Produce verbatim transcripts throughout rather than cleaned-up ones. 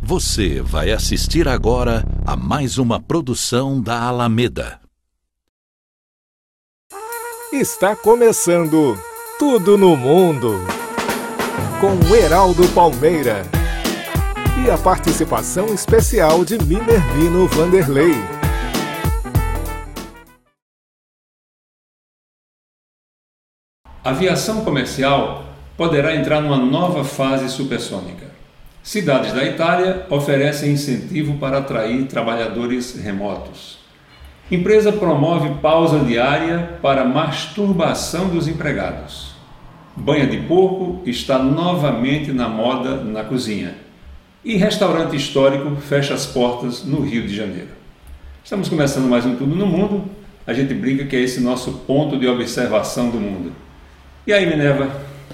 Você vai assistir agora a mais uma produção da Alameda. Está começando Tudo no Mundo, com Heraldo Palmeira e a participação especial de Minervino Vanderlei. A aviação comercial poderá entrar numa nova fase supersônica. Cidades da Itália oferecem incentivo para atrair trabalhadores remotos. Empresa promove pausa diária para masturbação dos empregados. Banha de porco está novamente na moda na cozinha. E restaurante histórico fecha as portas no Rio de Janeiro. Estamos começando mais um Tudo no Mundo. A gente brinca que é esse nosso ponto de observação do mundo. E aí, Minerva?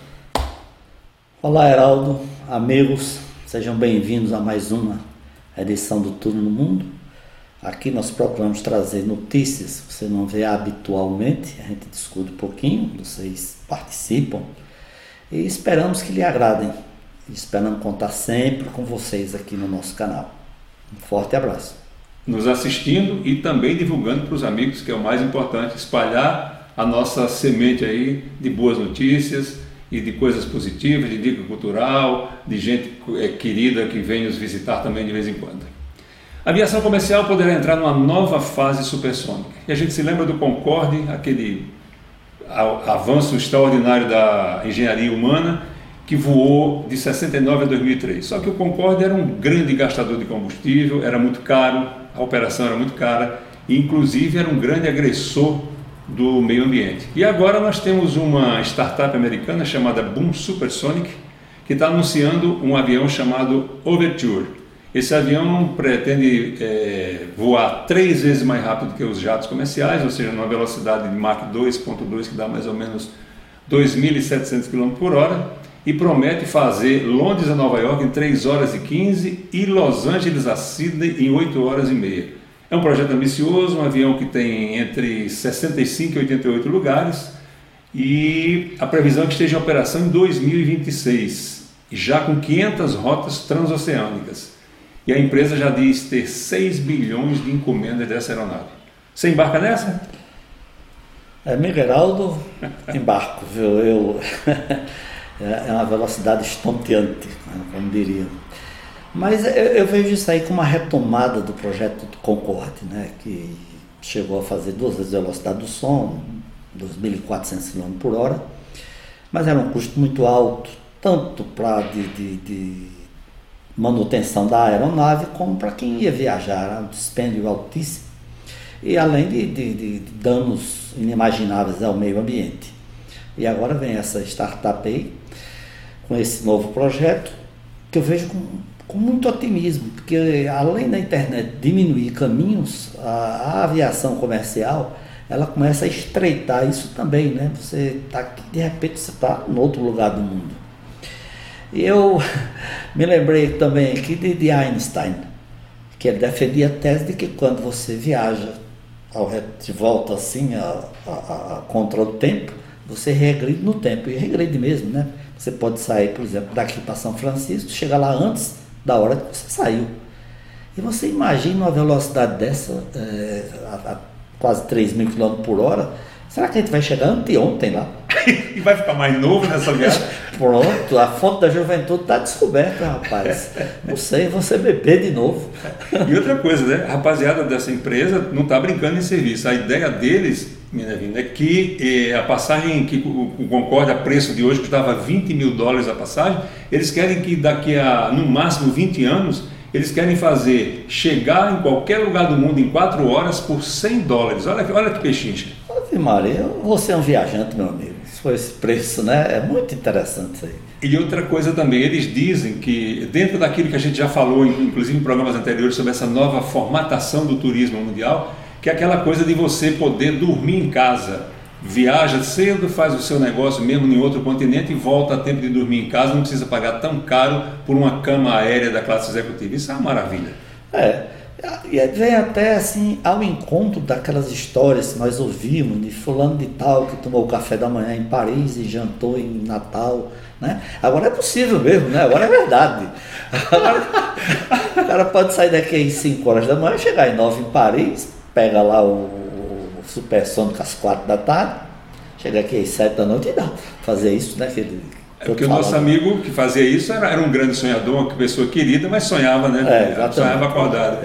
Olá, Heraldo, amigos, sejam bem-vindos a mais uma edição do Tudo no Mundo. Aqui nós procuramos trazer notícias que você não vê habitualmente, a gente discute um pouquinho, vocês participam e esperamos que lhe agradem. Esperamos contar sempre com vocês aqui no nosso canal. Um forte abraço. Nos assistindo e também divulgando para os amigos, que é o mais importante, espalhar a nossa semente aí de boas notícias e de coisas positivas, de dica cultural, de gente é, querida que vem nos visitar também de vez em quando. A aviação comercial poderá entrar numa nova fase supersônica. E a gente se lembra do Concorde, aquele avanço extraordinário da engenharia humana, que voou de sessenta e nove a dois mil e três. Só que o Concorde era um grande gastador de combustível, era muito caro, a operação era muito cara e inclusive era um grande agressor do meio ambiente. E agora nós temos uma startup americana chamada Boom Supersonic, que está anunciando um avião chamado Overture. Esse avião pretende é, voar três vezes mais rápido que os jatos comerciais, ou seja, numa velocidade de Mach dois ponto dois, que dá mais ou menos dois mil e setecentos quilômetros por hora, e promete fazer Londres a Nova York em três horas e quinze e Los Angeles a Sydney em oito horas e meia. É um projeto ambicioso, um avião que tem entre sessenta e cinco e oitenta e oito lugares e a previsão é que esteja em operação em dois mil e vinte e seis, já com quinhentas rotas transoceânicas. E a empresa já diz ter seis bilhões de encomendas dessa aeronave. Você embarca nessa? É, Migueldo, embarco, viu? Eu... é uma velocidade estonteante, como diria. Mas eu, eu vejo isso aí como uma retomada do projeto do Concorde, né, que chegou a fazer duas vezes a velocidade do som, dois mil e quatrocentos quilômetros por hora, mas era um custo muito alto, tanto para de, de, de manutenção da aeronave, como para quem ia viajar, era um dispêndio altíssimo, e além de, de, de danos inimagináveis ao meio ambiente. E agora vem essa startup aí, com esse novo projeto, que eu vejo com, com muito otimismo, porque além da internet diminuir caminhos, a, a aviação comercial, ela começa a estreitar isso também, né? Você está aqui, de repente você está em outro lugar do mundo. E eu me lembrei também aqui de, de Einstein, que ele defendia a tese de que quando você viaja ao, de volta assim, a, a, a, contra o tempo, você regride no tempo, e regride mesmo, né? Você pode sair, por exemplo, daqui para São Francisco, chegar lá antes da hora que você saiu. E você imagina uma velocidade dessa, é, a, a quase três mil quilômetros por hora, será que a gente vai chegar anteontem lá? E vai ficar mais novo nessa viagem? Pronto, a fonte da juventude está descoberta, rapaz. Não sei, você beber de novo. E outra coisa, né? A rapaziada dessa empresa não está brincando em serviço. A ideia deles, Minervino, é que eh, a passagem que o, o Concorde, a preço de hoje, custava vinte mil dólares a passagem, eles querem que daqui a, no máximo, vinte anos, eles querem fazer chegar em qualquer lugar do mundo em quatro horas por cem dólares. Olha, olha que pechincha. Ave Maria, você é um viajante, meu amigo. Se for esse preço, né? É muito interessante isso aí. E outra coisa também, eles dizem que dentro daquilo que a gente já falou, inclusive em programas anteriores, sobre essa nova formatação do turismo mundial, que é aquela coisa de você poder dormir em casa. Viaja cedo, faz o seu negócio mesmo em outro continente e volta a tempo de dormir em casa, não precisa pagar tão caro por uma cama aérea da classe executiva. Isso é uma maravilha. É, E vem até assim ao encontro daquelas histórias que nós ouvimos de fulano de tal que tomou café da manhã em Paris e jantou em Natal, né? Agora é possível mesmo, né? Agora é verdade. Agora, o cara pode sair daqui às cinco horas da manhã, chegar em nove em Paris, pega lá o, o supersônico às quatro da tarde, chega aqui às sete da noite e dá fazer isso, né? Que ele, É porque o nosso amigo que fazia isso era, era um grande sonhador, uma pessoa querida, mas sonhava, né? É, sonhava acordado.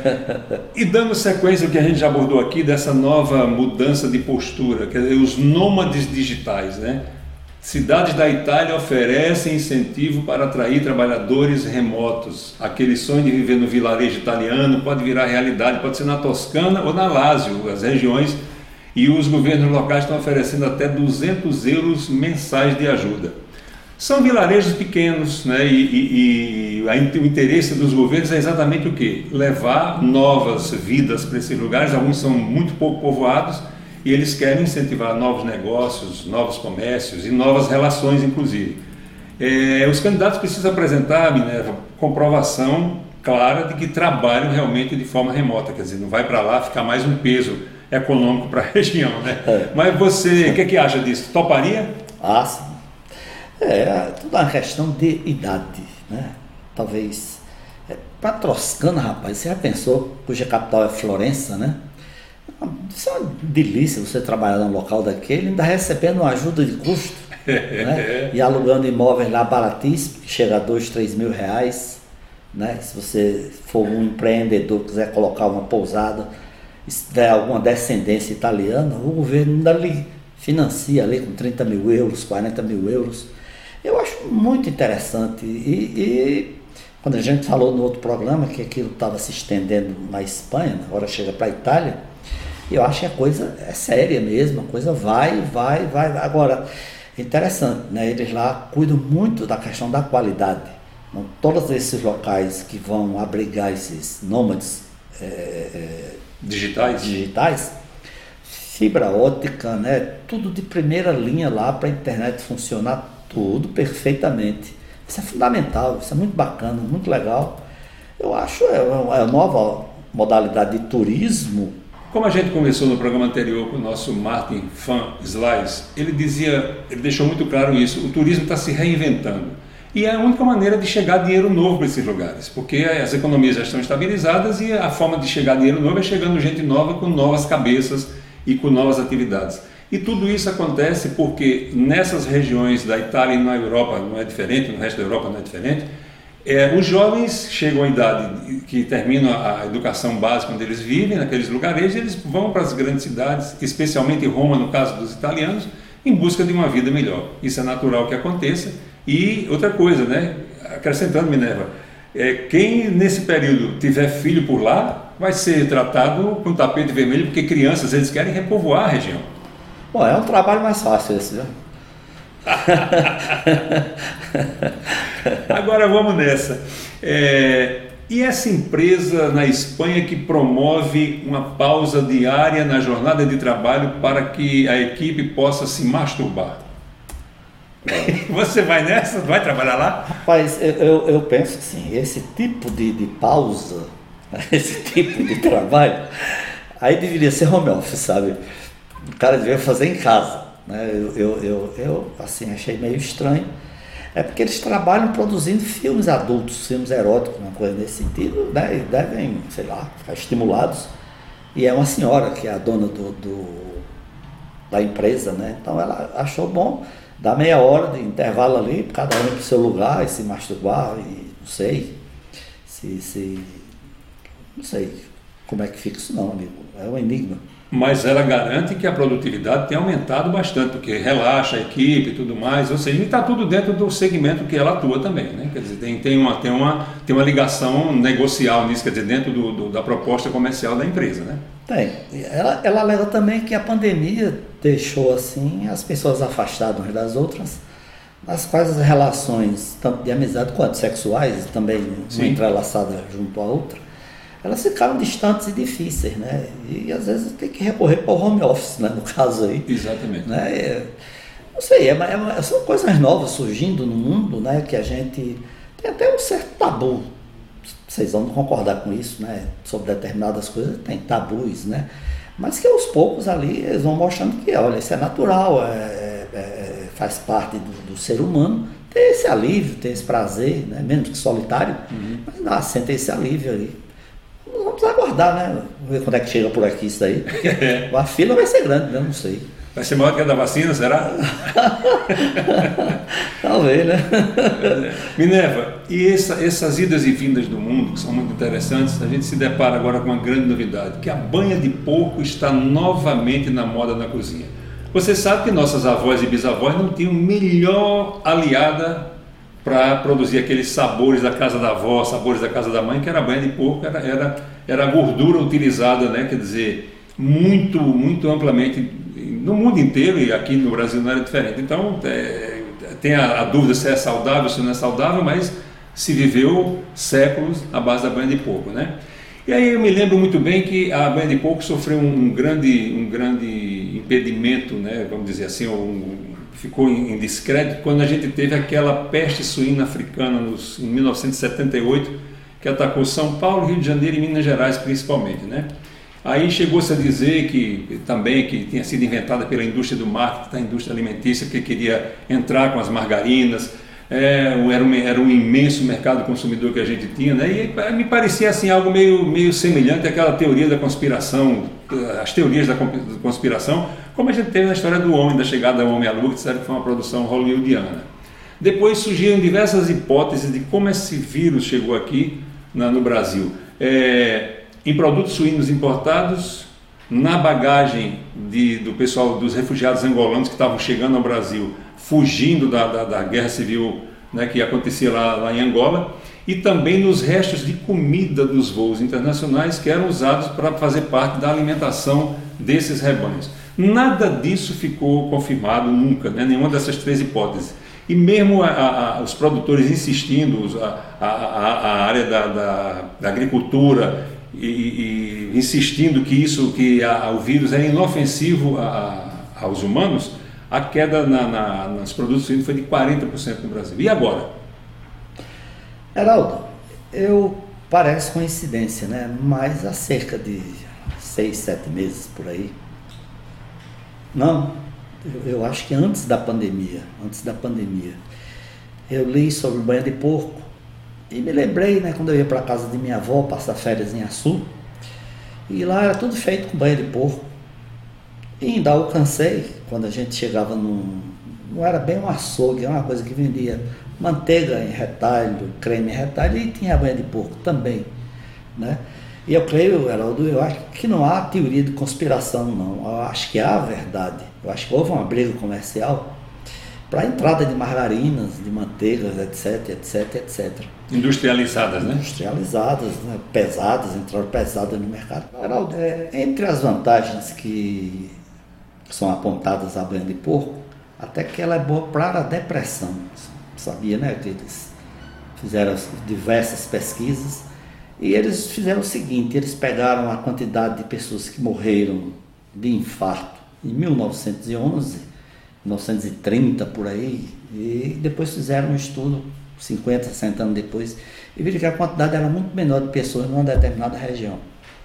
E dando sequência ao que a gente já abordou aqui, dessa nova mudança de postura, quer dizer, os nômades digitais, né? Cidades da Itália oferecem incentivo para atrair trabalhadores remotos. Aquele sonho de viver no vilarejo italiano pode virar realidade, pode ser na Toscana ou na Lásia, as regiões, e os governos locais estão oferecendo até duzentos euros mensais de ajuda. São vilarejos pequenos, né? e, e, e a, o interesse dos governos é exatamente o quê? Levar novas vidas para esses lugares. Alguns são muito pouco povoados e eles querem incentivar novos negócios, novos comércios e novas relações, inclusive. É, os candidatos precisam apresentar, Minerva, comprovação clara de que trabalham realmente de forma remota, quer dizer, não vai para lá ficar mais um peso econômico para a região, né? É. Mas você, o que, que acha disso? Toparia? Ah, sim. É, tudo uma questão de idade, né? Talvez. É, para Toscana, rapaz, você já pensou, cuja capital é Florença, né? Isso é uma delícia você trabalhar num local daquele, ainda recebendo uma ajuda de custo, né? E alugando imóveis lá baratíssimos, que chega a dois, três mil reais, né? Se você for um empreendedor, quiser colocar uma pousada, se tiver alguma descendência italiana, o governo ainda lhe financia ali com trinta mil euros, quarenta mil euros. Eu acho muito interessante. E, e quando a gente falou no outro programa que aquilo estava se estendendo na Espanha, agora chega para a Itália, eu acho que a coisa é séria mesmo, a coisa vai, vai, vai. Agora, é interessante, né? Eles lá cuidam muito da questão da qualidade. Então, todos esses locais que vão abrigar esses nômades é, digitais, digitais fibra ótica, né? Tudo de primeira linha lá para a internet funcionar tudo perfeitamente. Isso é fundamental, isso é muito bacana, muito legal. Eu acho é uma nova modalidade de turismo. Como a gente conversou no programa anterior com o nosso Martin van Slice, ele dizia, ele deixou muito claro isso, o turismo está se reinventando. E é a única maneira de chegar dinheiro novo para esses lugares, porque as economias já estão estabilizadas e a forma de chegar dinheiro novo é chegando gente nova com novas cabeças e com novas atividades. E tudo isso acontece porque nessas regiões da Itália e na Europa não é diferente, no resto da Europa não é diferente, é, os jovens chegam à idade que terminam a educação básica onde eles vivem, naqueles lugarejos, eles vão para as grandes cidades, especialmente Roma, no caso dos italianos, em busca de uma vida melhor. Isso é natural que aconteça. E outra coisa, né? Acrescentando, Minerva, é, quem nesse período tiver filho por lá, vai ser tratado com tapete vermelho, porque crianças, eles querem repovoar a região. Bom, é um trabalho mais fácil esse, né? Agora vamos nessa. É, e essa empresa na Espanha que promove uma pausa diária na jornada de trabalho para que a equipe possa se masturbar? Você vai nessa? Vai trabalhar lá? Rapaz, eu, eu penso assim, esse tipo de, de pausa, esse tipo de trabalho, aí deveria ser home office, sabe? O cara deveria fazer em casa, né? Eu, eu, eu, eu assim, achei meio estranho. É porque eles trabalham produzindo filmes adultos, filmes eróticos, uma coisa nesse sentido, né? E devem, sei lá, ficar estimulados. E é uma senhora que é a dona do, do, da empresa, né? Então ela achou bom dar meia hora de intervalo ali, cada um para o seu lugar e se masturbar, e não sei, se, se, não sei como é que fica isso não, amigo, é um enigma. Mas ela garante que a produtividade tem aumentado bastante, porque relaxa a equipe e tudo mais, ou seja, está tudo dentro do segmento que ela atua também, né? Quer dizer, tem, tem, uma, tem, uma, tem uma ligação negocial nisso, quer dizer, dentro do, do, da proposta comercial da empresa, né? Tem. Ela, ela alega também que a pandemia deixou assim as pessoas afastadas umas das outras, nas quais as relações, tanto de amizade quanto sexuais, também uma entrelaçada junto à outra, elas ficaram distantes e difíceis, né? E às vezes tem que recorrer para o home office, né? No caso aí. Exatamente. Né? É, não sei, é, é, são coisas novas surgindo no mundo, né? Que a gente tem até um certo tabu. vocês vão concordar com isso, né? Sobre determinadas coisas tem tabus, né? Mas que aos poucos ali eles vão mostrando que, olha, isso é natural, é, é, faz parte do, do ser humano ter esse alívio, ter esse prazer, né? Mesmo que solitário, uhum. mas dá, sente esse alívio ali. Vamos aguardar, né? Vamos ver quando é que chega por aqui isso aí. A fila vai ser grande, né? Não sei. Vai ser maior que a da vacina, será? Talvez, né? Minerva, e essa, essas idas e vindas do mundo, que são muito interessantes, a gente se depara agora com uma grande novidade, que a banha de porco está novamente na moda na cozinha. Você sabe que nossas avós e bisavós não tinham melhor aliada para produzir aqueles sabores da casa da avó, sabores da casa da mãe, que era a banha de porco, era, era, era a gordura utilizada, né? Quer dizer, muito, muito amplamente no mundo inteiro, e aqui no Brasil não era diferente. Então, é, tem a, a dúvida se é saudável, se não é saudável, mas se viveu séculos à base da banha de porco, né? E aí eu me lembro muito bem que a banha de porco sofreu um grande, um grande impedimento, né? Vamos dizer assim, um, ficou em descrédito quando a gente teve aquela peste suína africana nos, em mil novecentos e setenta e oito, que atacou São Paulo, Rio de Janeiro e Minas Gerais principalmente, né? Aí chegou-se a dizer que também que tinha sido inventada pela indústria do marketing, da indústria alimentícia, que queria entrar com as margarinas, é, era, um, era um imenso mercado consumidor que a gente tinha, né? E me parecia assim algo meio, meio semelhante àquela teoria da conspiração, as teorias da conspiração, como a gente teve na história do homem, da chegada do homem à lua, que disseram que foi uma produção hollywoodiana. Depois surgiram diversas hipóteses de como esse vírus chegou aqui na, no Brasil. É, em produtos suínos importados, na bagagem de, do pessoal, dos refugiados angolanos que estavam chegando ao Brasil, fugindo da, da, da guerra civil, né, que acontecia lá, lá em Angola, e também nos restos de comida dos voos internacionais que eram usados para fazer parte da alimentação desses rebanhos. Nada disso ficou confirmado nunca, né, nenhuma dessas três hipóteses. E mesmo a, a, os produtores insistindo, a, a, a área da, da, da agricultura, E, e insistindo que isso, que a, o vírus é inofensivo a, a, aos humanos, a queda na, na, nos produtos suínos foi de quarenta por cento no Brasil. E agora? Heraldo, eu parece coincidência, né? Mas há cerca de seis, sete meses por aí, não, eu, eu acho que antes da pandemia, antes da pandemia, eu li sobre banha de porco. E me lembrei, né, quando eu ia para a casa de minha avó passar férias em Açu, e lá era tudo feito com banha de porco. E ainda alcancei, quando a gente chegava num... não era bem um açougue, era uma coisa que vendia manteiga em retalho, creme em retalho, e tinha a banha de porco também, né? E eu creio, Heraldo, eu acho que não há teoria de conspiração, não. Eu acho que há verdade. Eu acho que houve uma briga comercial para a entrada de margarinas, de manteigas, etc, etc, etcétera. Industrializadas, né? Industrializadas, né? Pesadas, entraram pesadas no mercado. Heraldo, é, entre as vantagens que são apontadas à banha de porco, até que ela é boa para a depressão. Sabia, né? Que eles fizeram diversas pesquisas e eles fizeram o seguinte, eles pegaram a quantidade de pessoas que morreram de infarto em mil novecentos e onze, mil novecentos e trinta por aí, e depois fizeram um estudo cinquenta, sessenta anos depois e viram que a quantidade era muito menor de pessoas numa determinada região,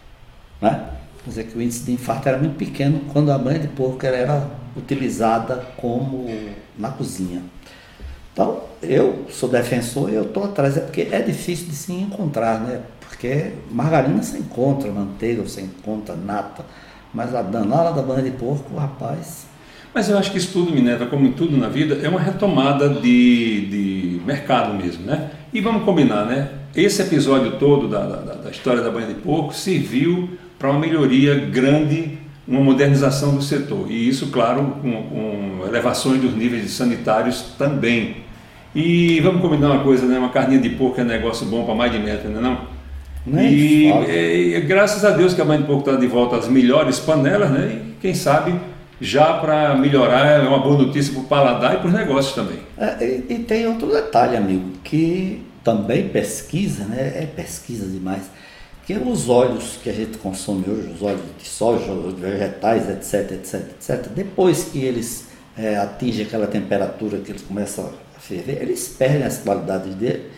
né? Quer dizer que o índice de infarto era muito pequeno quando a banha de porco era utilizada como na cozinha. Então, eu sou defensor e eu estou atrás, é porque é difícil de se encontrar, né? Porque margarina você encontra, manteiga você encontra, nata, mas a danada da banha de porco, rapaz... Mas eu acho que isso tudo, Minerva, como em tudo na vida, é uma retomada de, de mercado mesmo, né? E vamos combinar, né? Esse episódio todo da, da, da história da banha de porco serviu para uma melhoria grande, uma modernização do setor. E isso, claro, com, com elevações dos níveis sanitários também. E vamos combinar uma coisa, né? Uma carninha de porco é negócio bom para mais de metro, não é não? Nem e é, é, graças a Deus que a banha de porco está de volta às melhores panelas, né? E quem sabe... já para melhorar, é uma boa notícia para o paladar e para os negócios também. É, e, e tem outro detalhe, amigo, que também pesquisa, né? É pesquisa demais, que os óleos que a gente consome hoje, os óleos de soja, os vegetais, etc, etc, etcétera, depois que eles é, atingem aquela temperatura que eles começam a ferver, eles perdem as qualidades dele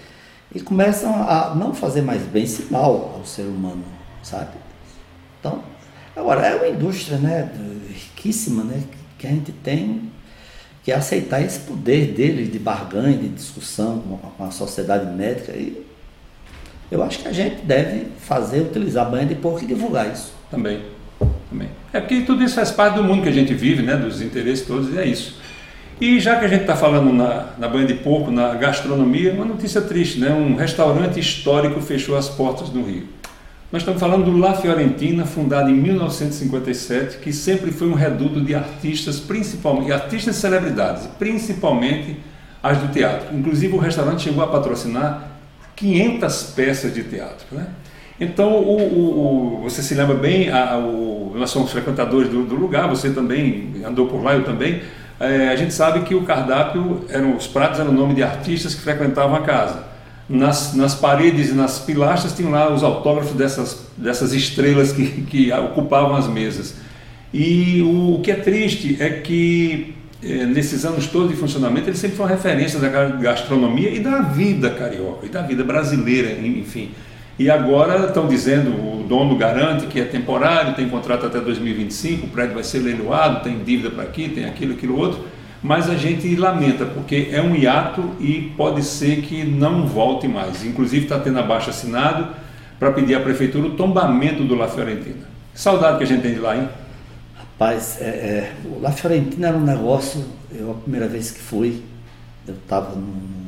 e começam a não fazer mais bem, se mal ao ser humano, sabe? Então, agora, é uma indústria, né, riquíssima, né, que a gente tem que aceitar esse poder dele de barganha, de discussão com a sociedade médica, e eu acho que a gente deve fazer, utilizar banha de porco e divulgar isso. Também, também. É porque tudo isso faz parte do mundo que a gente vive, né, dos interesses todos, e é isso. E já que a gente está falando na, na banha de porco, na gastronomia, uma notícia triste, né? Um restaurante histórico fechou as portas no Rio. Nós estamos falando do La Fiorentina, fundado em mil novecentos e cinquenta e sete, que sempre foi um reduto de artistas, principalmente artistas e celebridades, principalmente as do teatro. Inclusive o restaurante chegou a patrocinar quinhentas peças de teatro, né? Então, o, o, o, você se lembra bem, a, o, nós somos frequentadores do, do lugar, você também andou por lá, eu também. É, a gente sabe que o cardápio, eram, os pratos eram o nome de artistas que frequentavam a casa. Nas, nas paredes e nas pilastras tinham lá os autógrafos dessas, dessas estrelas que, que ocupavam as mesas. E o, o que é triste é que, é, nesses anos todos de funcionamento, ele sempre foi uma referência da gastronomia e da vida carioca, e da vida brasileira, enfim. E agora estão dizendo, o dono garante que é temporário, tem contrato até dois mil e vinte e cinco, o prédio vai ser leiloado, tem dívida para aqui, tem aquilo, aquilo outro, mas a gente lamenta, porque é um hiato e pode ser que não volte mais. Inclusive está tendo abaixo assinado para pedir à prefeitura o tombamento do La Fiorentina. Saudade que a gente tem de lá, hein? Rapaz, é, é, o La Fiorentina era um negócio, eu a primeira vez que fui, eu estava no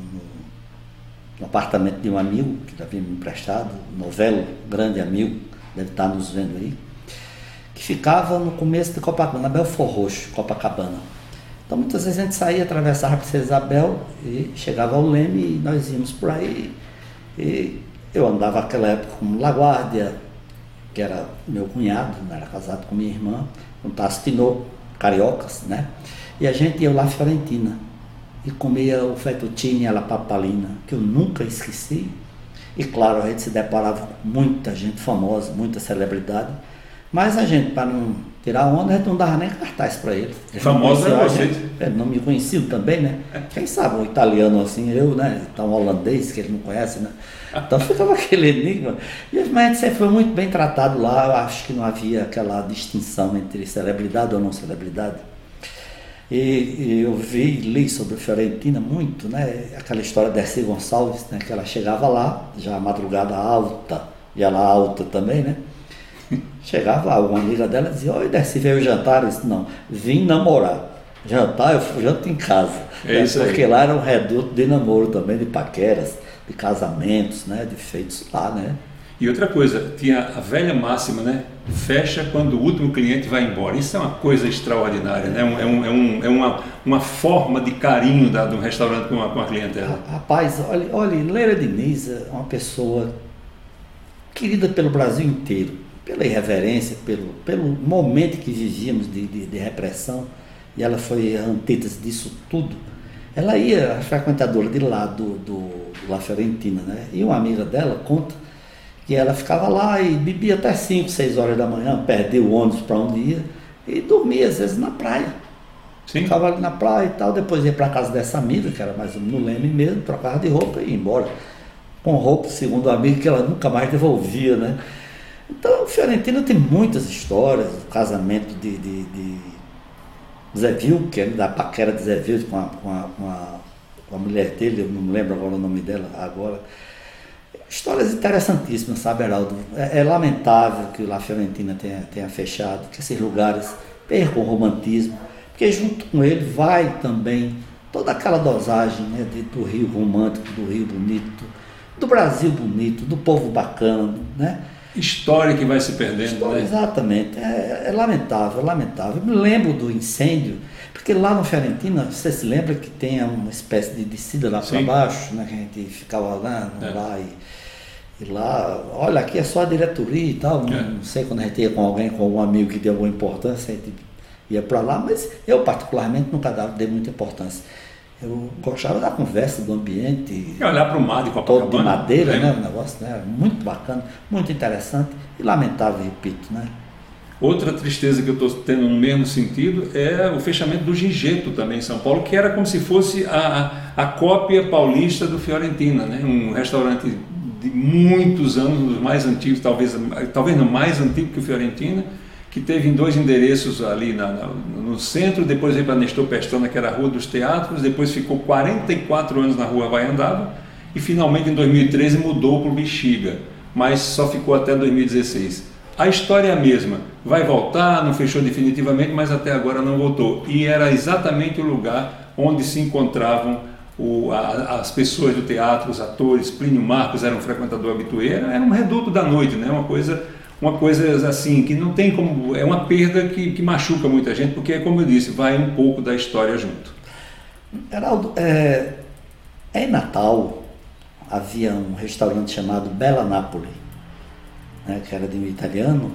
no apartamento de um amigo que já havia me emprestado, novelo, grande amigo, deve estar nos vendo aí, que ficava no começo de Copacabana, Belfor Roxo, Copacabana. Então muitas vezes a gente saía, atravessava a Princesa Isabel e chegava ao Leme e nós íamos por aí. E eu andava naquela época com Laguardia, que era meu cunhado, né, era casado com minha irmã, com Tassi Tinô, cariocas, né? E a gente ia lá à Fiorentina e comia o fettuccine alla papalina, que eu nunca esqueci. E claro, a gente se deparava com muita gente famosa, muita celebridade, mas a gente, para não tirar onda, a gente não dava nem cartaz para eles. Famoso é vocês. Eles não me conheciam também, né? Quem sabe um italiano assim, eu, né? Então um holandês que eles não conhecem, né? Então ficava aquele enigma. E mas a gente sempre foi muito bem tratado lá, eu acho que não havia aquela distinção entre celebridade ou não celebridade. E, e eu vi, li sobre a Fiorentina muito, né? Aquela história da Dercy Gonçalves, né? Que ela chegava lá, já madrugada alta, e ela alta também, né? Chegava lá, uma amiga dela dizia: oi, Dercy, veio jantar? Eu disse: não, vim namorar. Jantar, eu janto em casa. É isso aí. Porque lá era um reduto de namoro também, de paqueras, de casamentos, né? De feitos lá, né? E outra coisa, tinha a velha máxima, né? Fecha quando o último cliente vai embora. Isso é uma coisa extraordinária, né? É, um, é, um, é uma, uma forma de carinho da, de um restaurante com a, com a clientela. Rapaz, olha, olha, Leila Diniz é uma pessoa querida pelo Brasil inteiro, pela irreverência, pelo, pelo momento que vivíamos de, de, de repressão, e ela foi a antítese disso tudo. Ela ia, a frequentadora de lá do, do, do La Fiorentina, né? E uma amiga dela conta que ela ficava lá e bebia até cinco, seis horas da manhã, perdia o ônibus para onde ia e dormia às vezes na praia. Sim. Ficava ali na praia e tal, depois ia para casa dessa amiga, que era mais no Leme mesmo, trocava de roupa e ia embora. Com roupa, segundo a amiga, que ela nunca mais devolvia, né? Então, Fiorentina tem muitas histórias, o casamento de, de, de Zé Vilker, da paquera de Zé Vilker com a, com, a, com, a, com a mulher dele, eu não me lembro agora o nome dela agora. Histórias interessantíssimas, sabe, Heraldo? É, é lamentável que o La Fiorentina tenha, tenha fechado, que esses lugares percam o romantismo, porque junto com ele vai também toda aquela dosagem, né, de, do Rio romântico, do Rio bonito, do Brasil bonito, do povo bacana, né? História que vai se perdendo, História, né? Exatamente, é, é lamentável, é lamentável. Eu me lembro do incêndio, porque lá no Fiorentina, você se lembra que tem uma espécie de descida lá para baixo, né, que a gente ficava lá, é. lá e, e lá, olha, aqui é só a diretoria e tal, não, é. não sei quando a gente ia com alguém, com algum amigo que deu alguma importância, a gente ia para lá, mas eu particularmente nunca dei muita importância. Eu gostava da conversa, do ambiente. E olhar para o mar de Copacabana. Todo de madeira, né? O negócio, né? Muito bacana, muito interessante e lamentável, repito, né? Outra tristeza que eu estou tendo no mesmo sentido é o fechamento do Gigeto também em São Paulo, que era como se fosse a, a cópia paulista do Fiorentina, né? Um restaurante de muitos anos, um dos mais antigos, talvez, talvez não mais antigo que o Fiorentina, que teve em dois endereços ali na, na, no centro, depois veio para Nestor Pestana, que era a Rua dos Teatros, depois ficou quarenta e quatro anos na Rua Vaiandava, e finalmente em dois mil e treze mudou para o Bexiga, mas só ficou até dois mil e dezesseis. A história é a mesma, vai voltar, não fechou definitivamente, mas até agora não voltou. E era exatamente o lugar onde se encontravam o, a, as pessoas do teatro, os atores. Plínio Marcos era um frequentador habitué, era um reduto da noite, né? Uma coisa... Uma coisa assim, que não tem como... É uma perda que, que machuca muita gente, porque, como eu disse, vai um pouco da história junto. Geraldo, é, em Natal havia um restaurante chamado Bella Napoli, né, que era de um italiano,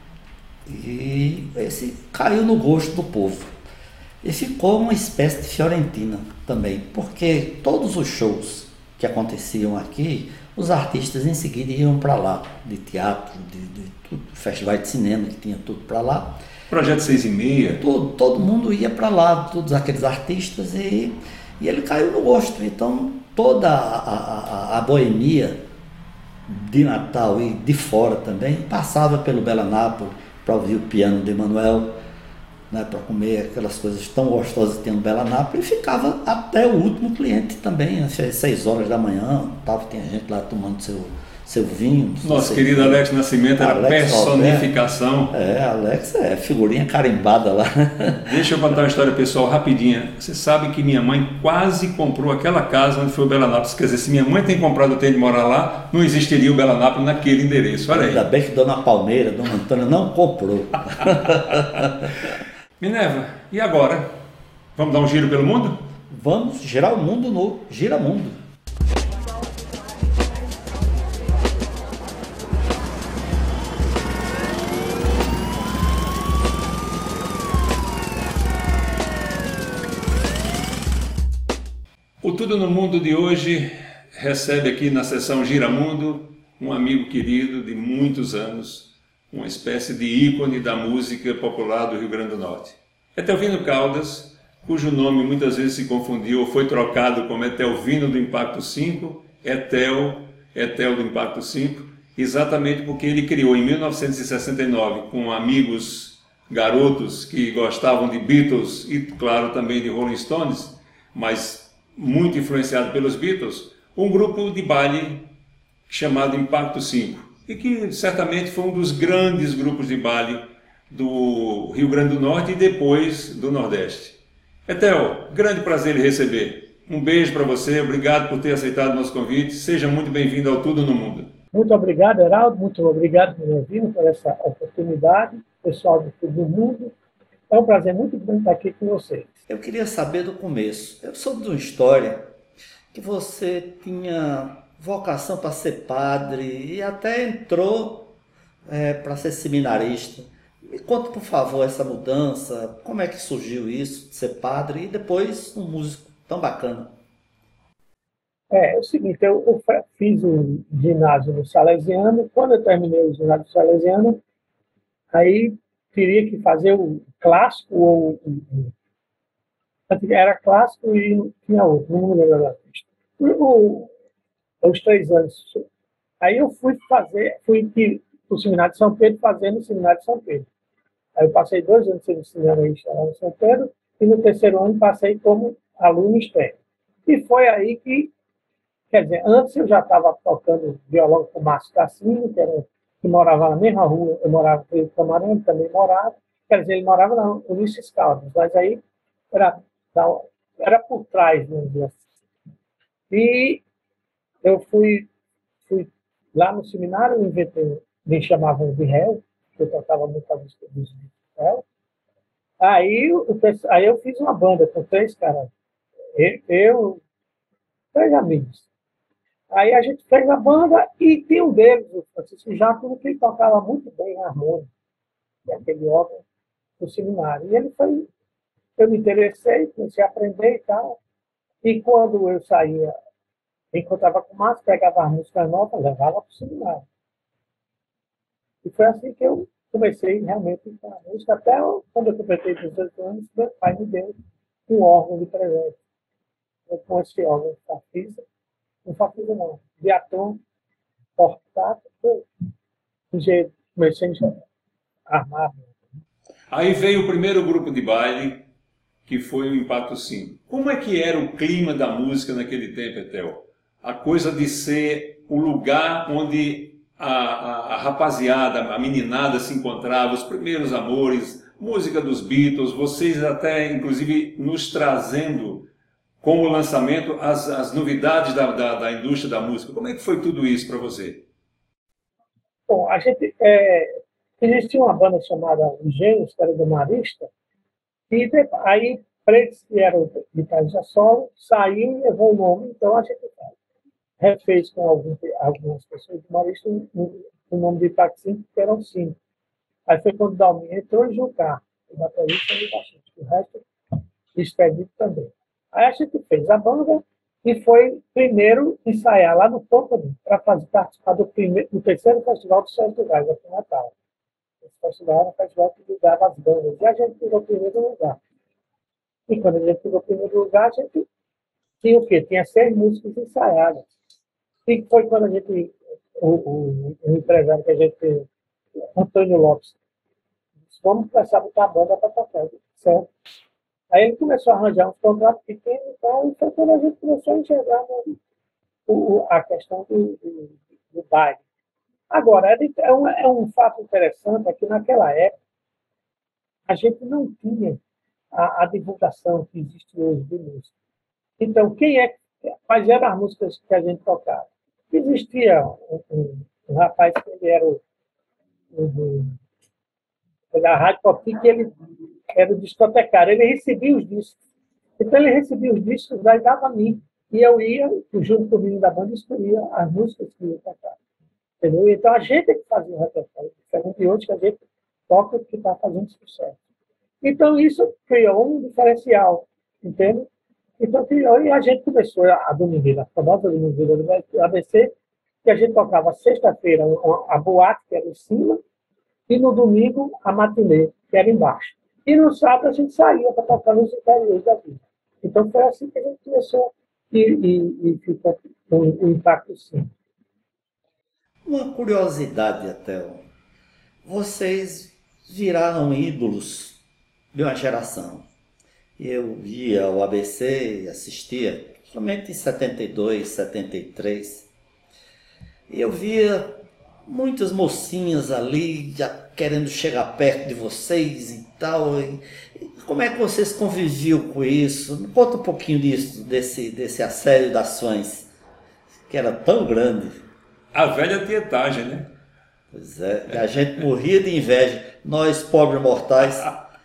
e esse caiu no gosto do povo. E ficou uma espécie de Fiorentina também, porque todos os shows que aconteciam aqui, os artistas em seguida iam para lá, de teatro, de, de tudo, festivais de cinema, que tinha tudo para lá. Projeto seis e meia. Todo, todo mundo ia para lá, todos aqueles artistas, e, e ele caiu no gosto. Então, toda a, a, a boemia de Natal e de fora também passava pelo Bella Napoli para ouvir o piano de Emanuel, né, para comer aquelas coisas tão gostosas que tem no Bella Napoli, e ficava até o último cliente também, às seis horas da manhã, tava, tinha gente lá tomando seu, seu vinho. Nosso seu querido vinho. Alex Nascimento era Alex personificação. Alberto, é, Alex é figurinha carimbada lá. Deixa eu contar uma história pessoal rapidinha. Você sabe que minha mãe quase comprou aquela casa onde foi o Bella Napoli. Quer dizer, se minha mãe tem comprado o tempo de morar lá, não existiria o Bella Napoli naquele endereço. Olha aí. Ainda bem que Dona Palmeira, Dona Antônia não comprou. Minerva, e agora? Vamos dar um giro pelo mundo? Vamos girar o mundo no Gira Mundo. O Tudo no Mundo de hoje recebe aqui na sessão Gira Mundo um amigo querido de muitos anos, uma espécie de ícone da música popular do Rio Grande do Norte. Etelvino Caldas, cujo nome muitas vezes se confundiu ou foi trocado como Etelvino do Impacto cinco, Etel, Etel do Impacto cinco, exatamente porque ele criou em mil novecentos e sessenta e nove, com amigos garotos que gostavam de Beatles e, claro, também de Rolling Stones, mas muito influenciado pelos Beatles, um grupo de baile chamado Impacto cinco. E que certamente foi um dos grandes grupos de baile do Rio Grande do Norte e depois do Nordeste. Etel, grande prazer lhe receber. Um beijo para você, obrigado por ter aceitado o nosso convite. Seja muito bem-vindo ao Tudo no Mundo. Muito obrigado, Heraldo, muito obrigado por me ouvir, por essa oportunidade, pessoal do Tudo no Mundo. É um prazer muito grande estar aqui com vocês. Eu queria saber do começo. Eu soube de uma história que você tinha vocação para ser padre e até entrou é, para ser seminarista. Me conta, por favor, essa mudança, como é que surgiu isso, de ser padre e depois um músico tão bacana. É, é o seguinte, eu, eu fiz o ginásio no Salesiano. Quando eu terminei o ginásio Salesiano, aí teria que fazer o clássico ou o, era clássico e tinha outro, não me lembro agora. O, os três anos. Aí eu fui fazer, fui para o Seminário de São Pedro, fazer no Seminário de São Pedro. Aí eu passei dois anos sendo seminarista lá em São Pedro, e no terceiro ano passei como aluno externo. E foi aí que, quer dizer, antes eu já estava tocando violão com o Márcio Cassino, que, era, que morava na mesma rua, eu morava no Rio Camarão, ele também morava, quer dizer, ele morava na Ulisses Caldas, mas aí era, era por trás, vamos dizer assim. E eu fui, fui lá no seminário, eu inventei, me chamavam de réu, que eu tocava muita música dos réu. Aí, aí eu fiz uma banda com três caras, eu, eu, três amigos. Aí a gente fez a banda e tem um deles, o Francisco Jacob, que ele tocava muito bem harmônico, aquele órgão do seminário. E ele foi, eu me interessei, comecei a aprender e tal. E quando eu saía, encontrava com o Márcio, pegava as músicas novas, levava para o seminário. E foi assim que eu comecei realmente a música, até quando eu completei dezoito anos, meu pai me deu um órgão de presente. com esse órgão Fafisa, não Fafisa não, Biaton, portátil, engenheiro, comecei a armar. Aí veio o primeiro grupo de baile, que foi o Impacto Sim. Como é que era o clima da música naquele tempo, Etel? A coisa de ser o lugar onde a, a, a rapaziada, a meninada se encontrava, os primeiros amores, música dos Beatles, vocês até, inclusive, nos trazendo como lançamento as, as novidades da, da, da indústria da música. Como é que foi tudo isso para você? Bom, a gente... É, existia uma banda chamada Gênios, que era do Marista, e aí Pretos, que eram guitarristas solo, saiu e levou o nome, então a gente refez com alguns, algumas pessoas do Marista o nome de Impacto Sim, que eram cinco. Aí foi quando o Dalminha entrou e Jucá, o baterista e o baixista. O resto, Expedito também. Aí a gente fez a banda e foi primeiro ensaiar lá no Company para participar do, primeiro, do terceiro festival dos festivais aqui em Natal. Esse festival era um festival que ligava as bandas. E a gente pegou o primeiro lugar. E quando a gente pegou o primeiro lugar, a gente tinha o quê? Tinha seis músicas ensaiadas. E foi quando a gente, o, o, o empresário que a gente, Antônio Lopes, disse, vamos começar a botar a banda para tocar, certo? Aí ele começou a arranjar uns contratos pequenos e tal, e foi quando a gente começou a enxergar o, o, a questão do, do, do baile. Agora, é um, é um fato interessante é que naquela época a gente não tinha a, a divulgação que existe hoje de música. Então, quem é, quais eram as músicas que a gente tocava? Existia um, um, um rapaz que ele era o, o, o da Rádio Pop, que ele era o discotecário, ele recebia os discos. Então, ele recebia os discos, aí dava a mim. E eu ia, junto com o menino da banda, escolhia as músicas que ia tocar. Entendeu? Então, a gente é que fazia o repertório, diferente de outros que a gente toca que está fazendo sucesso. Então, isso criou um diferencial, entende? Então, criou, e a gente começou a domingueira, a famosa domingueira do A B C, que a gente tocava sexta-feira a boate, que era em cima, e no domingo a matinê, que era embaixo. E no sábado a gente saía para tocar nos interiores da vida. Então, foi assim que a gente começou e, e, e ficou com o Impacto Sim. Uma curiosidade, até, vocês viraram ídolos de uma geração. Eu via o A B C, assistia, somente em setenta e dois, setenta e três, e eu via muitas mocinhas ali já querendo chegar perto de vocês e tal. E como é que vocês conviviam com isso? Me conta um pouquinho disso, desse, desse assédio das fãs, que era tão grande. A velha tietagem, né? Pois é, a gente morria de inveja, nós pobres mortais.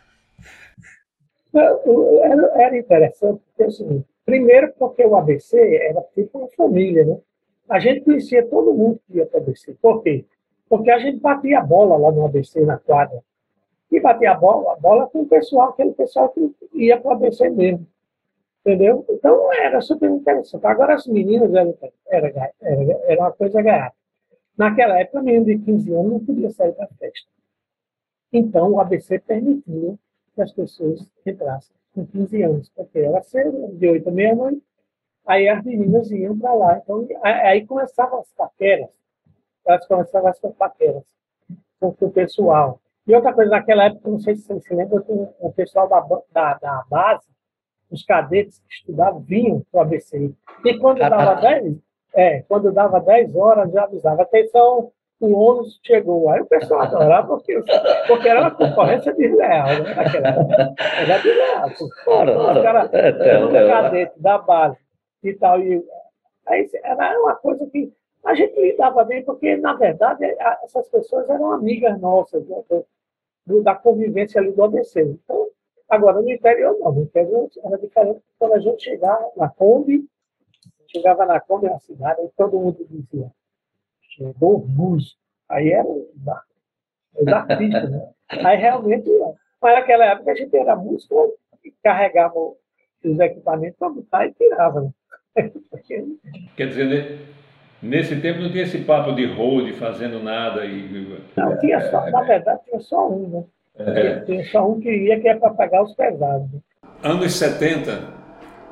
Era interessante, porque é o seguinte, primeiro porque o A B C era tipo uma família, né? A gente conhecia todo mundo que ia para o A B C. Por quê? Porque a gente batia a bola lá no A B C, na quadra. E batia a bola, a bola com o pessoal, aquele pessoal que ia para o A B C mesmo. Entendeu? Então era super interessante. Agora as meninas eram, era, era, era uma coisa ganhada. Naquela época, menino de quinze anos não podia sair para festa. Então o A B C permitia que as pessoas entrassem com quinze anos, porque era cedo, de oito à meia-noite, aí as meninas iam para lá. Então, aí começavam as paqueras, elas começavam as paqueras com o pessoal. E outra coisa, naquela época, não sei se você se lembra, o pessoal da, da, da base, os cadetes que estudavam, vinham para o A B C. E quando dava dez, é, quando dava dez horas, já avisava, atenção, o ônibus chegou. Aí o pessoal adorava, porque, porque era uma concorrência desleal, né? Naquela época. Era desleal. Os caras eram cadetes da base e tal. E, aí era uma coisa que a gente lidava bem, porque, na verdade, essas pessoas eram amigas nossas, né? do, da convivência ali do A B C. Então, agora, no interior, não. No interior era diferente. Quando a gente chegava na Kombi, chegava na Kombi, na cidade, aí todo mundo dizia, chegou o músico. Aí era os artistas, né? Aí realmente, mas naquela época a gente era músico e carregava os equipamentos para botar e tirava. Né? Quer dizer, nesse tempo não tinha esse papo de hold fazendo nada e... Não, tinha só, na verdade tinha só um, né? É. Tinha só um que ia, que é para pagar os pesados. Né? Anos setenta,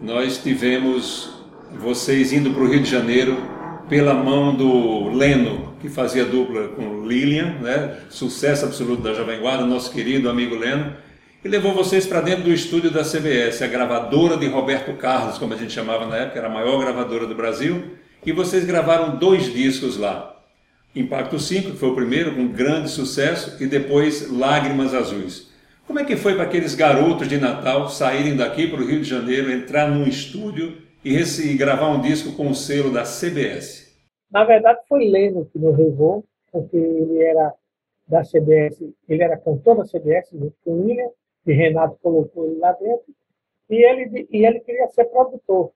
nós tivemos vocês indo para o Rio de Janeiro pela mão do Leno, que fazia dupla com Lilian, né? Sucesso absoluto da Jovem Guarda, nosso querido amigo Leno, e levou vocês para dentro do estúdio da C B S, a gravadora de Roberto Carlos, como a gente chamava na época, era a maior gravadora do Brasil, e vocês gravaram dois discos lá. Impacto cinco, que foi o primeiro, com grande sucesso, e depois Lágrimas Azuis. Como é que foi para aqueles garotos de Natal saírem daqui para o Rio de Janeiro, entrar num estúdio e, e gravar um disco com o selo da C B S? Na verdade, foi Leno que nos levou, porque ele era da C B S, ele era cantor da C B S, junto com o William, e Renato colocou ele lá dentro, e ele, e ele queria ser produtor.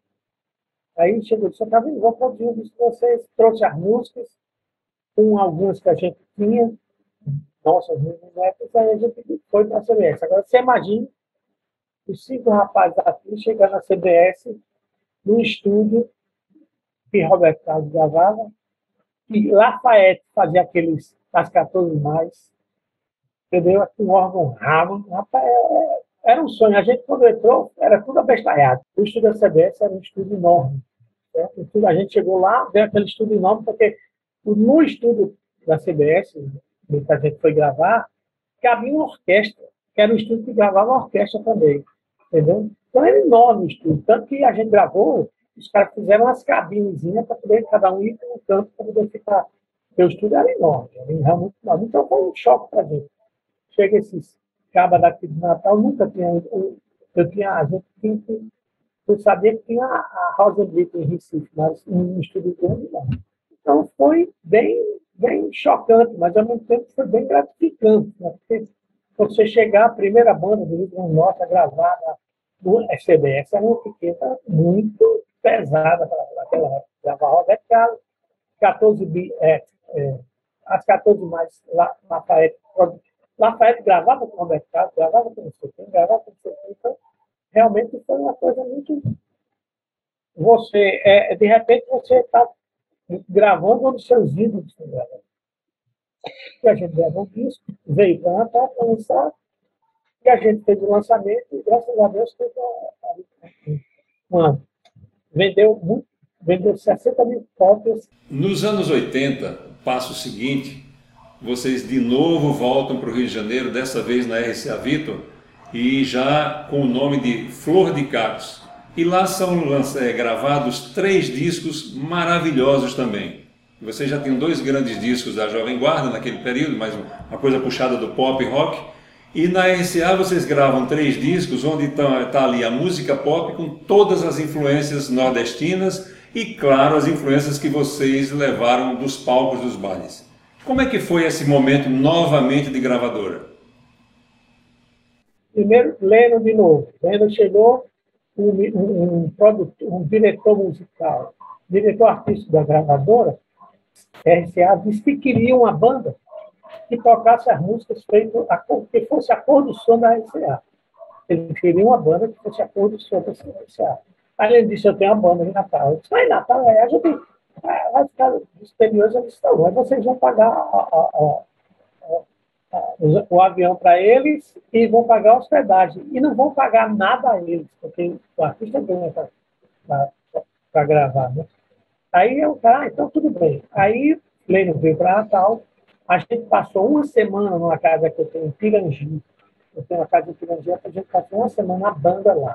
Aí chegou e disse, tá vendo, vou produzir um disco com vocês, trouxe as músicas, com algumas que a gente tinha, nossas músicas, aí a gente foi para a C B S. Agora, você imagina os cinco rapazes aqui chegando na C B S, no estúdio, que Roberto Carlos gravava, e Lafayette fazia aqueles, as quatorze mais, entendeu? Aqui um órgão Raman, rapaz, era um sonho. A gente, quando entrou, era tudo abestalhado. O estúdio da C B S era um estúdio enorme. Certo? A gente chegou lá, veio aquele estúdio enorme, porque no estúdio da C B S, que a gente foi gravar, cabia uma orquestra, que era um estúdio que gravava uma orquestra também, entendeu? Então era enorme o estúdio, tanto que a gente gravou, os caras fizeram umas cabinezinhas para poder cada um ir para um canto para poder ficar. Porque o estúdio era enorme, era realmente enorme. Então foi um choque para a gente. Chega esses cabas daqui de Natal, nunca tinha. Eu, eu tinha, a gente tinha, eu sabia que tinha a Rosenblit em Recife, mas um estúdio grande não. Então foi bem, bem chocante, mas ao mesmo tempo foi bem gratificante, né? Porque você chegar, a primeira banda do Rio Grande do Norte a gravar no C B S era uma etiqueta muito pesada para aquela época. Gravar Roberto Carlos, quatorze, é, é, as quatorze mais, Lafayette, Lafayette gravava com Roberto Carlos, gravava com o Cê gravava com o Cê. Então, realmente foi uma coisa muito. Você, é, de repente, você está gravando um dos seus ídolos. E a gente gravou um disco, veio para Natal para lançar, e a gente fez o lançamento, e graças a Deus teve uma. Vendeu muito, vendeu sessenta mil cópias. Nos anos oitenta, passo seguinte, vocês de novo voltam para o Rio de Janeiro, dessa vez na R C A Victor, e já com o nome de Flor de Cacos. E lá são é, gravados três discos maravilhosos também. Vocês já tinham dois grandes discos da Jovem Guarda naquele período, mais uma coisa puxada do pop e rock. E na R C A vocês gravam três discos, onde está tá ali a música pop com todas as influências nordestinas e, claro, as influências que vocês levaram dos palcos dos bailes. Como é que foi esse momento novamente de gravadora? Primeiro, Leno de novo. Leno chegou, um, um, um, produtor, um diretor musical, diretor artístico da gravadora, R C A, disse que queria uma banda que tocasse as músicas feitas, a, que fosse a cor do som da R C A. Ele queria uma banda que fosse a cor do som da R C A. Aí ele disse, eu tenho uma banda em Natal. Eu disse, mas Natal, a gente vai ficar misterioso. Eu disse, não, aí vocês vão pagar a, a, a, a, o, o avião para eles e vão pagar a hospedagem. E não vão pagar nada a eles, porque o artista ganha para gravar, né? Aí eu, ah, então tudo bem. Aí Leno veio para Natal. A gente passou uma semana numa casa que eu tenho em Pirangi. Eu tenho uma casa em Pirangi, a gente passou uma semana na banda lá.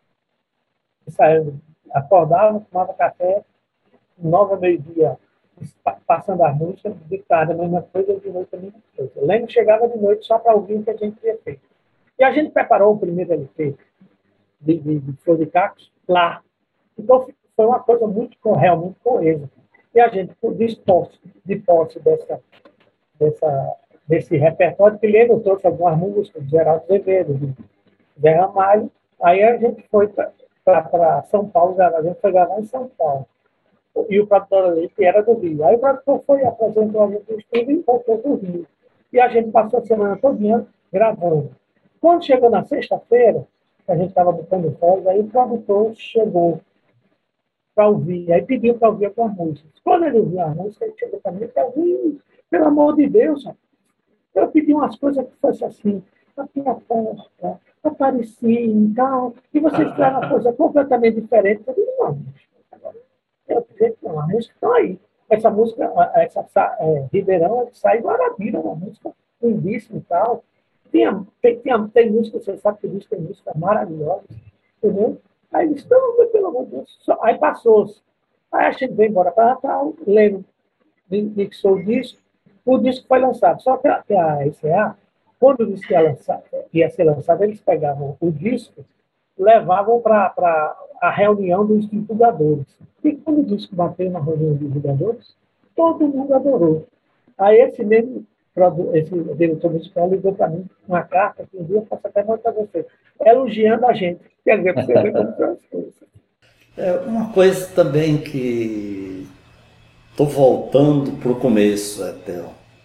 Saiu, acordava, tomava café, nove a meio-dia, passando as músicas, de tarde a mesma coisa, de noite a mesma coisa. O Leno chegava de noite só para ouvir o que a gente tinha feito. E a gente preparou o primeiro L P de, de, de Flor de Cacos lá. Então foi uma coisa muito, realmente coesa. E a gente, de posse, de posse dessa, dessa, desse repertório, que Leno trouxe algumas músicas de Geraldo Azevedo, de Zé Ramalho. Aí a gente foi para São Paulo, a gente foi gravar em São Paulo. E o produtor ali, que era do Rio. Aí o produtor foi, apresentou a gente no estúdio e voltou para o Rio. E a gente passou a semana todinha gravando. Quando chegou na sexta-feira, a gente estava botando férias, aí o produtor chegou para ouvir, aí pediu para ouvir algumas músicas. Quando ele ouviu a música, ele chegou para mim e disse, pelo amor de Deus, eu pedi umas coisas que fossem assim, aqui na porta, Aparecia e tal, e vocês fizeram uma coisa completamente diferente. Eu digo, não, eu disse, não, a música está aí. Essa música, essa, essa é, Ribeirão, sai Guarabira, uma música lindíssima e tal. Tinha, tem, tem, tem música, você sabe que diz que tem música maravilhosa, entendeu? Aí eles estão, pelo amor de Deus, só, aí passou-se. Aí a gente veio embora para Natal, lembro, mixou o disco, o disco foi lançado. Só que a, a S A, quando o disco ia, lançar, ia ser lançado, eles pegavam o disco, levavam para a reunião dos divulgadores. E quando o disco bateu na reunião dos divulgadores, todo mundo adorou. Aí esse mesmo esse diretor musical ligou para mim uma carta que um dia eu posso até mandar para você, elogiando a gente. Quer dizer, para você ver como são as coisas. É uma coisa também que estou voltando para o começo, Etel,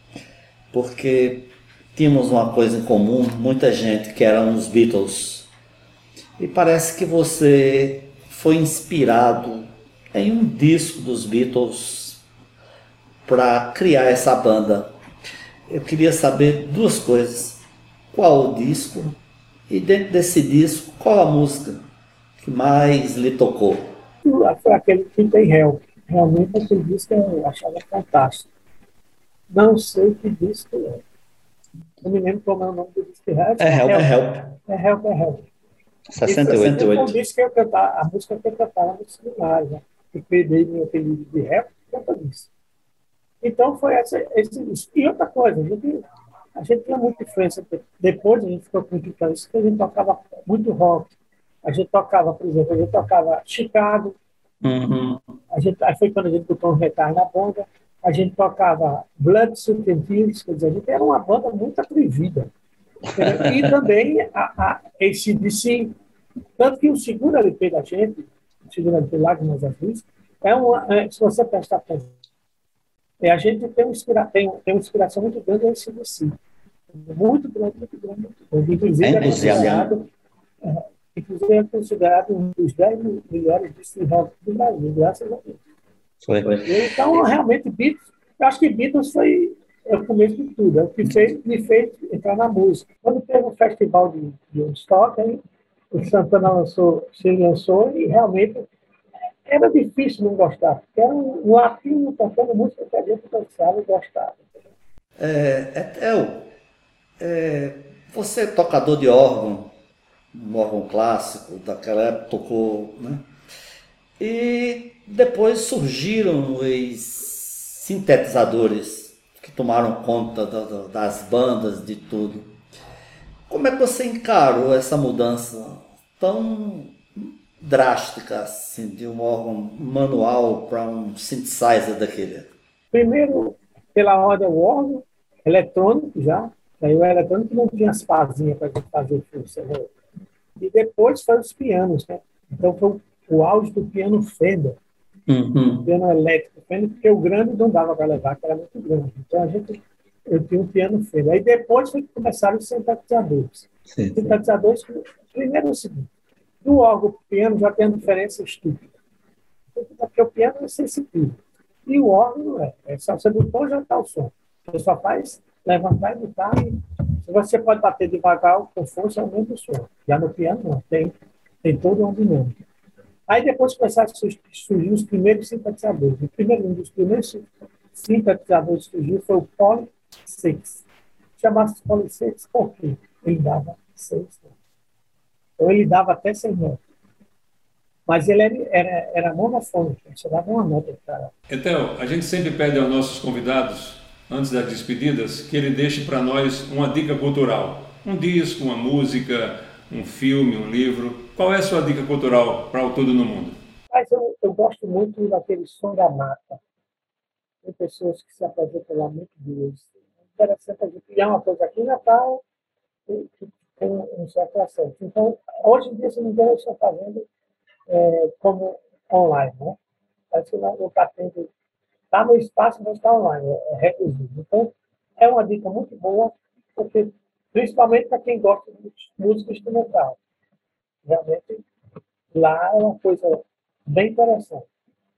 porque tínhamos uma coisa em comum, muita gente que eram os Beatles, e parece que você foi inspirado em um disco dos Beatles para criar essa banda. Eu queria saber duas coisas: qual o disco e, dentro desse disco, qual a música que mais lhe tocou? Foi aquele que tem Help. Realmente aquele disco eu achava fantástico. Não sei que disco é. Não me lembro como é o nome do disco. É, é Help, é Help. É Help, é Help. sessenta e oito. Foi o disco que eu cantava, a música que eu cantava no seminário, né? Que perdi meu apelido de Help, canta disso. Então foi essa, esse disco. E outra coisa, a gente, a gente tinha muita influência. Depois a gente ficou com isso, que a gente tocava muito rock. A gente tocava, por exemplo, a gente tocava Chicago. Uhum. A gente, aí foi quando a gente botou um retardo na banda. A gente tocava Blood, Sweat and Tears, quer dizer, a gente era uma banda muito atrevida. E também a, a A C D C, tanto que o segundo L P da gente, o segundo L P Lágrimas Azuis, é uma, é, se você prestar atenção, é, a gente tem, um inspira, tem, tem uma inspiração muito grande da A C D C. Muito grande, muito grande, muito grande. Inclusive, é considerado, é, inclusive é considerado um dos dez melhores discos de rock do Brasil, graças a Deus. Foi. Então, realmente, Beatles, eu acho que Beatles foi é o começo de tudo, é o que fez, me fez entrar na música. Quando teve o festival de, de Woodstock, aí, o Santana lançou, se lançou e realmente era difícil não gostar, porque era um, um latino tocando música que a gente dançava e gostava. É, Etel, é, você é tocador de órgão, um órgão clássico, daquela época tocou, né? E depois surgiram os sintetizadores que tomaram conta da, da, das bandas, de tudo. Como é que você encarou essa mudança tão drástica assim, de um órgão manual para um synthesizer daquele? Primeiro, pela ordem, o órgão eletrônico já, aí o eletrônico não tinha as pazinhas para fazer força, né? E depois foram os pianos, né? Então foi o auge do piano Fender, uhum. piano elétrico Fender, porque o grande não dava para levar, que era muito grande. Então a gente, eu tinha um piano Fender. Aí depois foi que começaram os sintetizadores. Sim, sim. Sintetizadores, primeiro é o seguinte, no órgão o piano já tem uma diferença estúpida, porque o piano é sensitivo, e o órgão não é. É só você botou, já está o som. Você só faz levantar e botar, e você pode bater devagar com força, aumenta o som. Já no piano não, tem, tem todo um dinâmico. Aí depois começaram a surgir os primeiros sintetizadores. O primeiro, um dos primeiros sintetizadores que surgiu foi o Poly seis. Chamasse Poly seis porque ele dava seis notas. Ou ele dava até seis notas. Mas ele era, era, era monofônico, só dava uma nota, cara. Então, a gente sempre pede aos nossos convidados, antes das despedidas, que ele deixe para nós uma dica cultural. Um disco, uma música, um filme, um livro. Qual é a sua dica cultural para o Tudo no Mundo? Mas eu, eu gosto muito daquele som da mata. Tem pessoas que se apresentam lá muito boas. É interessante a gente criar uma coisa aqui em Natal que tem um certo acesso. Então, hoje em dia, se não me engano, eu estou fazendo é, como online, né? Parece que não está tendo... Está no espaço, mas está online, é reduzido. Então, é uma dica muito boa, porque, principalmente para quem gosta de música instrumental. Realmente, lá é uma coisa bem interessante.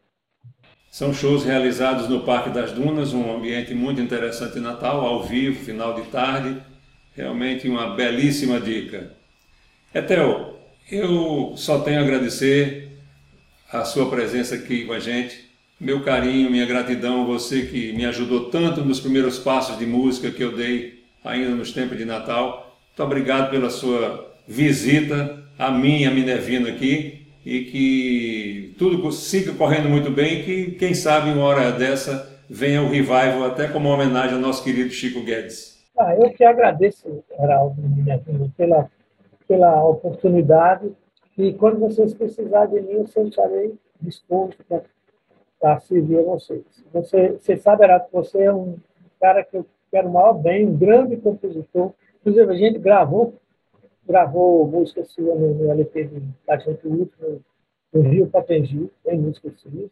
São shows realizados no Parque das Dunas, um ambiente muito interessante em Natal, ao vivo, final de tarde. Realmente uma belíssima dica. Etel, eu só tenho a agradecer a sua presença aqui com a gente, meu carinho, minha gratidão, você que me ajudou tanto nos primeiros passos de música que eu dei ainda nos tempos de Natal. Muito obrigado pela sua visita a mim e a Minervino aqui, e que tudo siga correndo muito bem, e que quem sabe uma hora dessa venha o revival até como uma homenagem ao nosso querido Chico Guedes. Ah, eu que agradeço, Heraldo, pela, pela oportunidade, e quando vocês precisarem de mim, eu sempre estarei disposto para servir a vocês. Você, você sabe, Heraldo, que você é um cara que eu quero o maior bem, um grande compositor. Inclusive, a gente gravou, gravou música sua no, no L P da gente último, no Rio Potengi, tem música sua.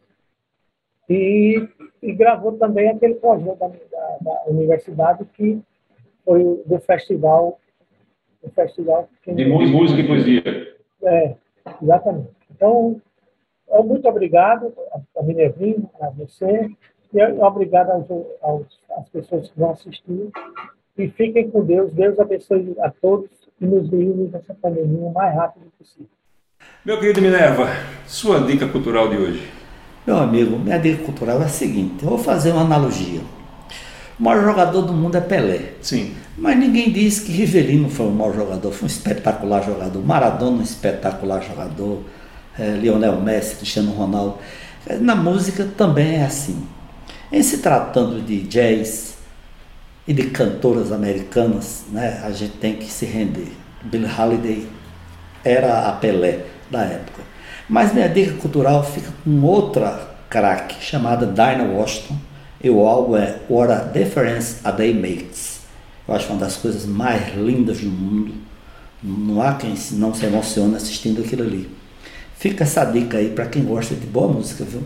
E, e gravou também aquele projeto da, da, da universidade que foi o do festival. Do festival que de, de música e poesia. É, exatamente. Então, muito obrigado a Minervino, a você, e obrigado aos, aos, às pessoas que vão assistir. E fiquem com Deus. Deus abençoe a todos e nos livre dessa pandemia o mais rápido possível. Meu querido Minerva, sua dica cultural de hoje. Meu amigo, minha dica cultural é a seguinte, eu vou fazer uma analogia. O maior jogador do mundo é Pelé. Sim. Mas ninguém diz que Rivelino foi um mau jogador, foi um espetacular jogador. Maradona, um espetacular jogador. É, Lionel Messi, Cristiano Ronaldo. Na música também é assim. Em se tratando de jazz e de cantoras americanas, né, a gente tem que se render. Billie Holiday era a Pelé da época. Mas minha dica cultural fica com outra craque chamada Dinah Washington, e o álbum é What a Difference a Day Makes. Eu acho uma das coisas mais lindas do mundo. Não há quem não se emocione assistindo aquilo ali. Fica essa dica aí para quem gosta de boa música, viu?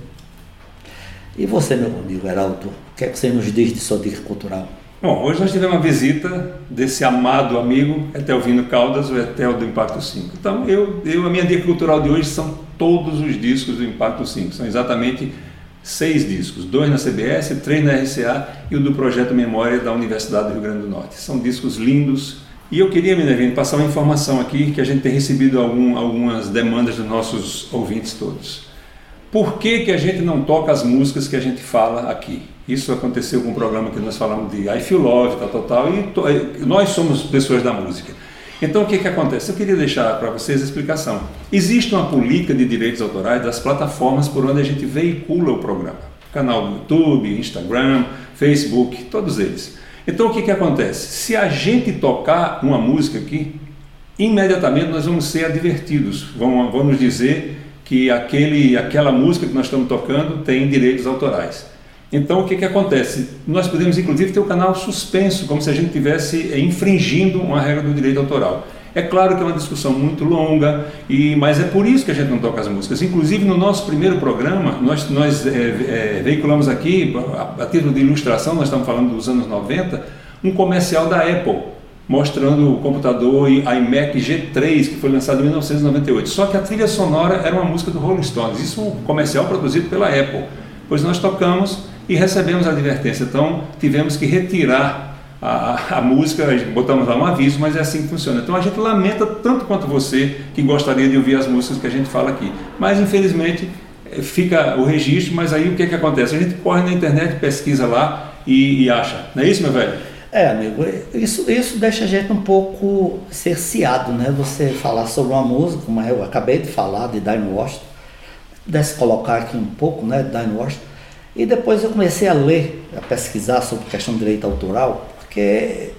E você, meu amigo Heraldo, o que é que você nos diz de sua dica cultural? Bom, hoje nós tivemos uma visita desse amado amigo, Etelvino Caldas, o Etel do Impacto cinco. Então, eu, eu, a minha dica cultural de hoje são todos os discos do Impacto cinco. São exatamente seis discos, dois na C B S, três na R C A e o do Projeto Memória da Universidade do Rio Grande do Norte. São discos lindos. E eu queria, Minervino, passar uma informação aqui, que a gente tem recebido algum, algumas demandas dos nossos ouvintes todos. Por que que a gente não toca as músicas que a gente fala aqui? Isso aconteceu com um programa que nós falamos de I Feel Love, tal, tal, tal, e to, nós somos pessoas da música. Então, o que que acontece? Eu queria deixar para vocês a explicação. Existe uma política de direitos autorais das plataformas por onde a gente veicula o programa. Canal do YouTube, Instagram, Facebook, todos eles. Então, o que que acontece? Se a gente tocar uma música aqui, imediatamente nós vamos ser advertidos. Vão, vão nos dizer que aquele, aquela música que nós estamos tocando tem direitos autorais. Então, o que que acontece? Nós podemos, inclusive, ter o canal suspenso, como se a gente estivesse infringindo uma regra do direito autoral. É claro que é uma discussão muito longa, e, mas é por isso que a gente não toca as músicas. Inclusive, no nosso primeiro programa, nós, nós é, é, veiculamos aqui, a, a título de ilustração, nós estamos falando dos anos noventa, um comercial da Apple, mostrando o computador iMac G três, que foi lançado em mil novecentos e noventa e oito. Só que a trilha sonora era uma música do Rolling Stones. Isso é um comercial produzido pela Apple. Pois nós tocamos e recebemos a advertência. Então, tivemos que retirar a, a música, botamos lá um aviso, mas é assim que funciona. Então, a gente lamenta tanto quanto você que gostaria de ouvir as músicas que a gente fala aqui. Mas, infelizmente, fica o registro, mas aí o que que acontece? A gente corre na internet, pesquisa lá e, e acha. Não é isso, meu velho? É, amigo, isso, isso deixa a gente um pouco cerceado, né? Você falar sobre uma música, como eu acabei de falar, de Dinah Washington, pudesse colocar aqui um pouco, né, de Dinah Washington, e depois eu comecei a ler, a pesquisar sobre questão de direito autoral, porque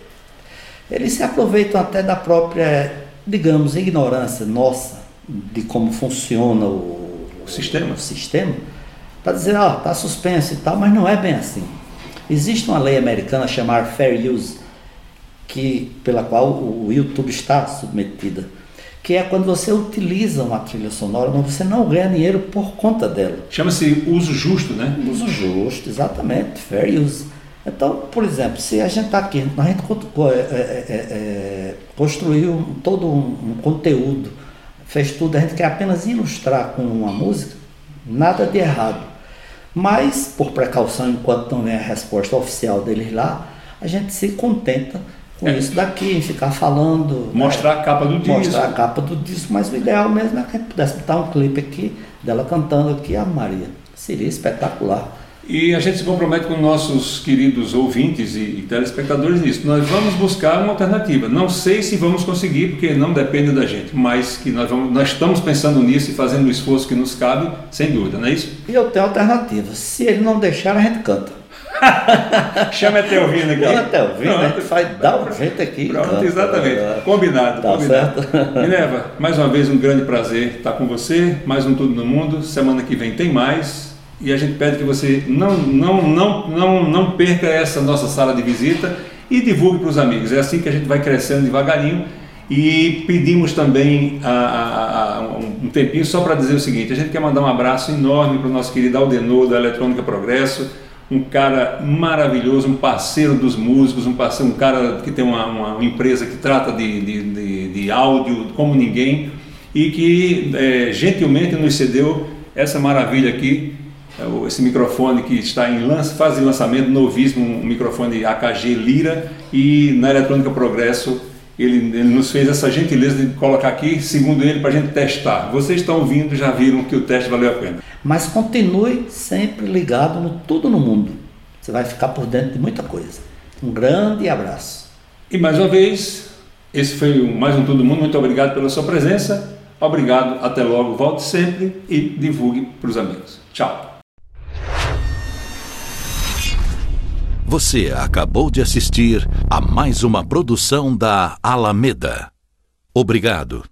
eles se aproveitam até da própria, digamos, ignorância nossa de como funciona o, o sistema, o sistema para dizer, ah, está suspenso e tal, mas não é bem assim. Existe uma lei americana chamada Fair Use, que, pela qual o YouTube está submetida, que é quando você utiliza uma trilha sonora, mas você não ganha dinheiro por conta dela. Chama-se uso justo, né? Uso justo, exatamente, fair use. Então, por exemplo, se a gente está aqui, a gente é, é, é, construiu todo um, um conteúdo, fez tudo, a gente quer apenas ilustrar com uma música, nada de errado. Mas, por precaução, enquanto não vem a resposta oficial deles lá, a gente se contenta com é. isso daqui, em ficar falando. Mostrar né? a capa do disco. Mostrar a capa do disco, mas o ideal mesmo é que a gente pudesse botar um clipe aqui dela cantando aqui a Maria. Seria espetacular. E a gente se compromete com nossos queridos ouvintes e, e telespectadores nisso. Nós vamos buscar uma alternativa. Não sei se vamos conseguir, porque não depende da gente, mas que nós, vamos, nós estamos pensando nisso e fazendo o esforço que nos cabe, sem dúvida, não é isso? E eu tenho alternativa. Se ele não deixar, a gente canta. Chama até ouvindo aqui. Chama até ouvindo, a gente vai dar um jeito aqui. Pronto, canta. Exatamente. Combinado. Tá combinado. certo. Minerva, mais uma vez um grande prazer estar com você. Mais um Tudo no Mundo. Semana que vem tem mais. E a gente pede que você não, não, não, não, não perca essa nossa sala de visita e divulgue para os amigos. É assim que a gente vai crescendo devagarinho. E pedimos também a, a, a, um tempinho só para dizer o seguinte: a gente quer mandar um abraço enorme para o nosso querido Aldenor da Eletrônica Progresso, um cara maravilhoso, um parceiro dos músicos, um parceiro, um cara que tem uma, uma empresa que trata de, de, de, de áudio como ninguém e que é, gentilmente nos cedeu essa maravilha aqui. Esse microfone que está em lança, fase de lançamento, novíssimo, um microfone A K G Lira, e na Eletrônica Progresso ele, ele nos fez essa gentileza de colocar aqui, segundo ele, para a gente testar. Vocês estão ouvindo, já viram que o teste valeu a pena. Mas continue sempre ligado no Tudo no Mundo. Você vai ficar por dentro de muita coisa. Um grande abraço. E mais uma vez, esse foi mais um Tudo no Mundo. Muito obrigado pela sua presença. Obrigado, até logo, volte sempre e divulgue para os amigos. Tchau. Você acabou de assistir a mais uma produção da Alameda. Obrigado.